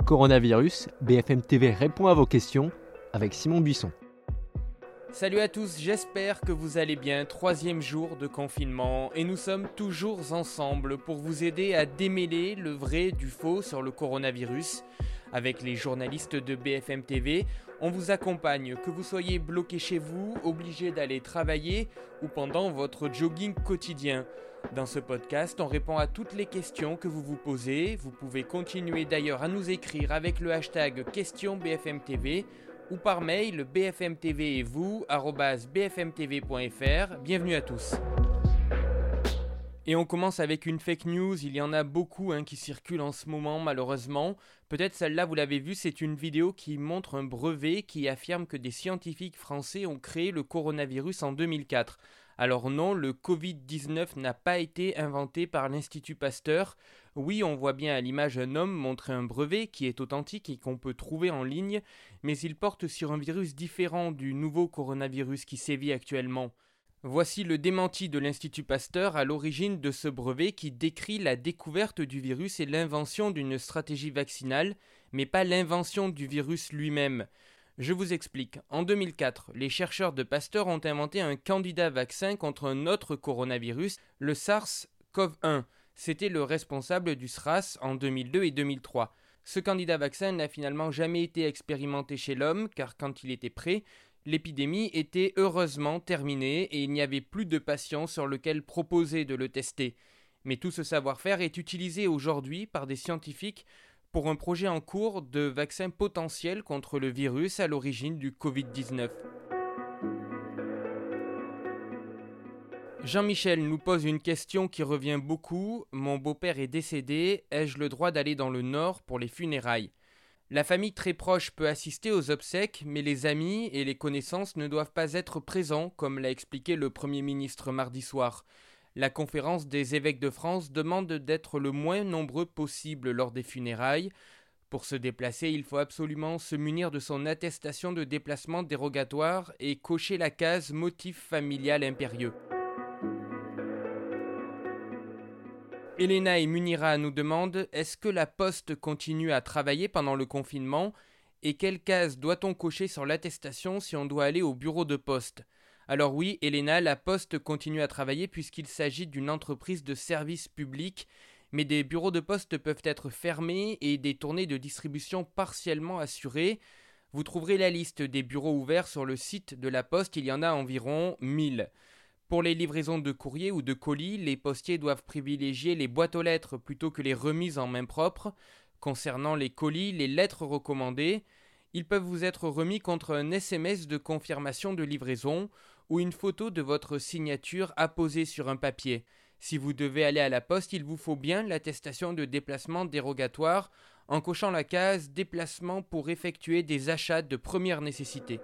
Coronavirus, BFM TV répond à vos questions avec Simon Buisson. Salut à tous, j'espère que vous allez bien, 3e jour de confinement et nous sommes toujours ensemble pour vous aider à démêler le vrai du faux sur le coronavirus. Avec les journalistes de BFM TV, on vous accompagne, que vous soyez bloqué chez vous, obligé d'aller travailler ou pendant votre jogging quotidien. Dans ce podcast, on répond à toutes les questions que vous vous posez. Vous pouvez continuer d'ailleurs à nous écrire avec le hashtag questionBFMTV ou par mail bfmtv et vous @bfmtv.fr. Bienvenue à tous. Et on commence avec une fake news, il y en a beaucoup qui circulent en ce moment malheureusement. Peut-être celle-là vous l'avez vue, c'est une vidéo qui montre un brevet qui affirme que des scientifiques français ont créé le coronavirus en 2004. Alors non, le Covid-19 n'a pas été inventé par l'Institut Pasteur. Oui, on voit bien à l'image un homme montrer un brevet qui est authentique et qu'on peut trouver en ligne, mais il porte sur un virus différent du nouveau coronavirus qui sévit actuellement. Voici le démenti de l'Institut Pasteur à l'origine de ce brevet qui décrit la découverte du virus et l'invention d'une stratégie vaccinale, mais pas l'invention du virus lui-même. Je vous explique. En 2004, les chercheurs de Pasteur ont inventé un candidat vaccin contre un autre coronavirus, le SARS-CoV-1. C'était le responsable du SRAS en 2002 et 2003. Ce candidat vaccin n'a finalement jamais été expérimenté chez l'homme, car quand il était prêt, l'épidémie était heureusement terminée et il n'y avait plus de patients sur lesquels proposer de le tester. Mais tout ce savoir-faire est utilisé aujourd'hui par des scientifiques pour un projet en cours de vaccin potentiel contre le virus à l'origine du Covid-19. Jean-Michel nous pose une question qui revient beaucoup. Mon beau-père est décédé, ai-je le droit d'aller dans le Nord pour les funérailles ? La famille très proche peut assister aux obsèques, mais les amis et les connaissances ne doivent pas être présents, comme l'a expliqué le Premier ministre mardi soir. La conférence des évêques de France demande d'être le moins nombreux possible lors des funérailles. Pour se déplacer, il faut absolument se munir de son attestation de déplacement dérogatoire et cocher la case motif familial impérieux. Elena et Munira nous demandent: est-ce que la Poste continue à travailler pendant le confinement et quelle case doit-on cocher sur l'attestation si on doit aller au bureau de poste ? Alors oui, Elena, la Poste continue à travailler puisqu'il s'agit d'une entreprise de service public, mais des bureaux de poste peuvent être fermés et des tournées de distribution partiellement assurées. Vous trouverez la liste des bureaux ouverts sur le site de la Poste, il y en a environ 1000. Pour les livraisons de courrier ou de colis, les postiers doivent privilégier les boîtes aux lettres plutôt que les remises en main propre. Concernant les colis, les lettres recommandées, ils peuvent vous être remis contre un SMS de confirmation de livraison ou une photo de votre signature apposée sur un papier. Si vous devez aller à la poste, il vous faut bien l'attestation de déplacement dérogatoire en cochant la case déplacement pour effectuer des achats de première nécessité.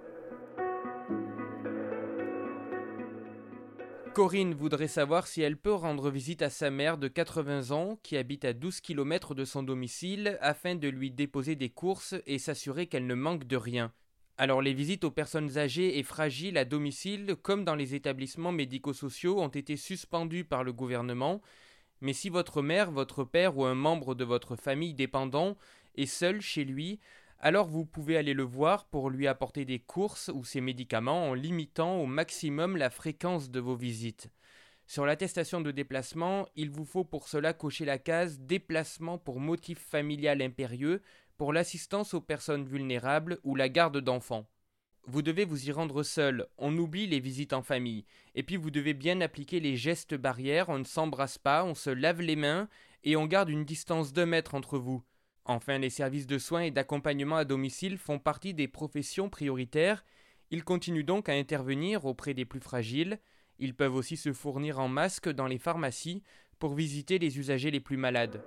Corinne voudrait savoir si elle peut rendre visite à sa mère de 80 ans qui habite à 12 km de son domicile afin de lui déposer des courses et s'assurer qu'elle ne manque de rien. Alors les visites aux personnes âgées et fragiles à domicile, comme dans les établissements médico-sociaux, ont été suspendues par le gouvernement. Mais si votre mère, votre père ou un membre de votre famille dépendant est seul chez lui, alors vous pouvez aller le voir pour lui apporter des courses ou ses médicaments en limitant au maximum la fréquence de vos visites. Sur l'attestation de déplacement, il vous faut pour cela cocher la case « Déplacement pour motif familial impérieux » pour l'assistance aux personnes vulnérables ou la garde d'enfants. Vous devez vous y rendre seul, on oublie les visites en famille. Et puis vous devez bien appliquer les gestes barrières, on ne s'embrasse pas, on se lave les mains et on garde une distance d'1 mètre entre vous. Enfin, les services de soins et d'accompagnement à domicile font partie des professions prioritaires. Ils continuent donc à intervenir auprès des plus fragiles. Ils peuvent aussi se fournir en masques dans les pharmacies pour visiter les usagers les plus malades.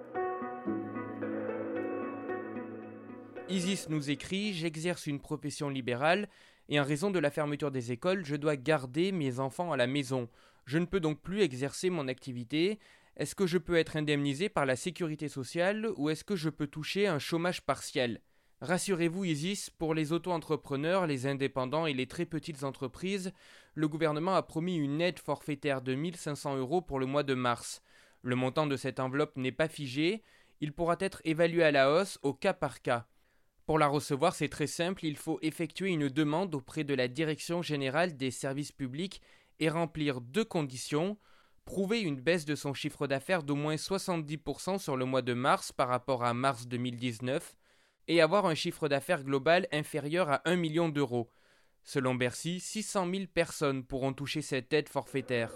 Isis nous écrit: j'exerce une profession libérale et en raison de la fermeture des écoles, je dois garder mes enfants à la maison. Je ne peux donc plus exercer mon activité. Est-ce que je peux être indemnisé par la sécurité sociale ou est-ce que je peux toucher un chômage partiel ? Rassurez-vous Isis, pour les auto-entrepreneurs, les indépendants et les très petites entreprises, le gouvernement a promis une aide forfaitaire de 1 500 € pour le mois de mars. Le montant de cette enveloppe n'est pas figé, Il pourra être évalué à la hausse au cas par cas. Pour la recevoir, c'est très simple, il faut effectuer une demande auprès de la Direction générale des services publics et remplir 2 conditions. Prouver une baisse de son chiffre d'affaires d'au moins 70% sur le mois de mars par rapport à mars 2019 et avoir un chiffre d'affaires global inférieur à 1 million d'euros. Selon Bercy, 600 000 personnes pourront toucher cette aide forfaitaire.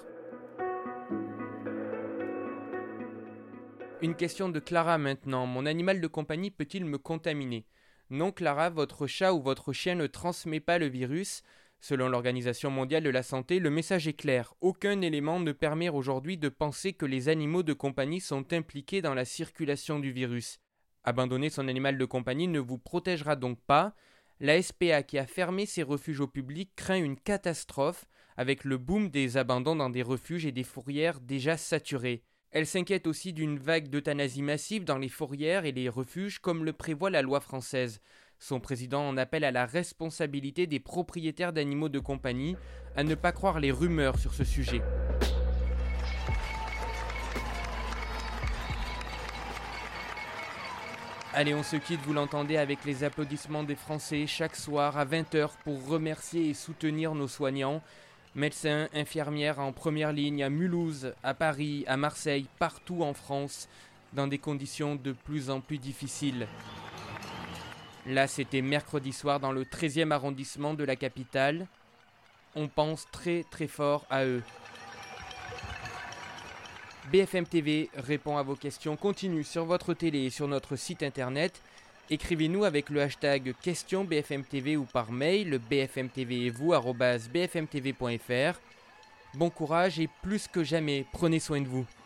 Une question de Clara maintenant. Mon animal de compagnie peut-il me contaminer ? Non Clara, votre chat ou votre chien ne transmet pas le virus. Selon l'Organisation mondiale de la santé, le message est clair. Aucun élément ne permet aujourd'hui de penser que les animaux de compagnie sont impliqués dans la circulation du virus. Abandonner son animal de compagnie ne vous protégera donc pas. La SPA, qui a fermé ses refuges au public, craint une catastrophe avec le boom des abandons dans des refuges et des fourrières déjà saturées. Elle s'inquiète aussi d'une vague d'euthanasie massive dans les fourrières et les refuges comme le prévoit la loi française. Son président en appelle à la responsabilité des propriétaires d'animaux de compagnie à ne pas croire les rumeurs sur ce sujet. Allez, on se quitte, vous l'entendez, avec les applaudissements des Français chaque soir à 20h pour remercier et soutenir nos soignants. Médecins, infirmières en première ligne à Mulhouse, à Paris, à Marseille, partout en France, dans des conditions de plus en plus difficiles. Là, c'était mercredi soir dans le 13e arrondissement de la capitale. On pense très très fort à eux. BFM TV répond à vos questions continue sur votre télé et sur notre site internet. Écrivez-nous avec le hashtag question BFM TV ou par mail bfmtv@bfmtv.fr. Bon courage et plus que jamais, prenez soin de vous.